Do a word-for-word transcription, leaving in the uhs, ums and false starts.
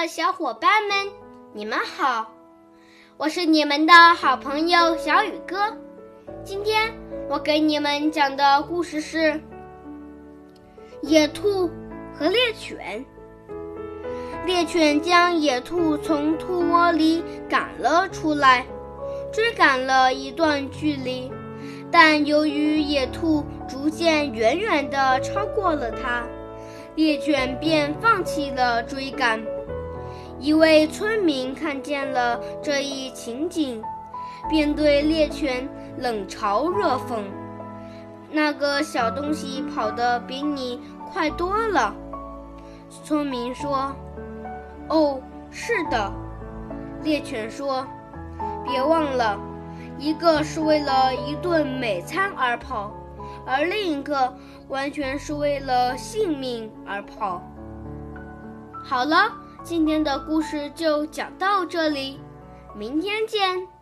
的小伙伴们，你们好，我是你们的好朋友小雨哥。今天我给你们讲的故事是野兔和猎犬。猎犬将野兔从兔窝里赶了出来，追赶了一段距离，但由于野兔逐渐远远地超过了它，猎犬便放弃了追赶。一位村民看见了这一情景，便对猎犬冷嘲热讽：“那个小东西跑得比你快多了。”村民说：“哦，是的。”猎犬说：“别忘了，一个是为了一顿美餐而跑，而另一个完全是为了性命而跑。”好了，今天的故事就讲到这里，明天见。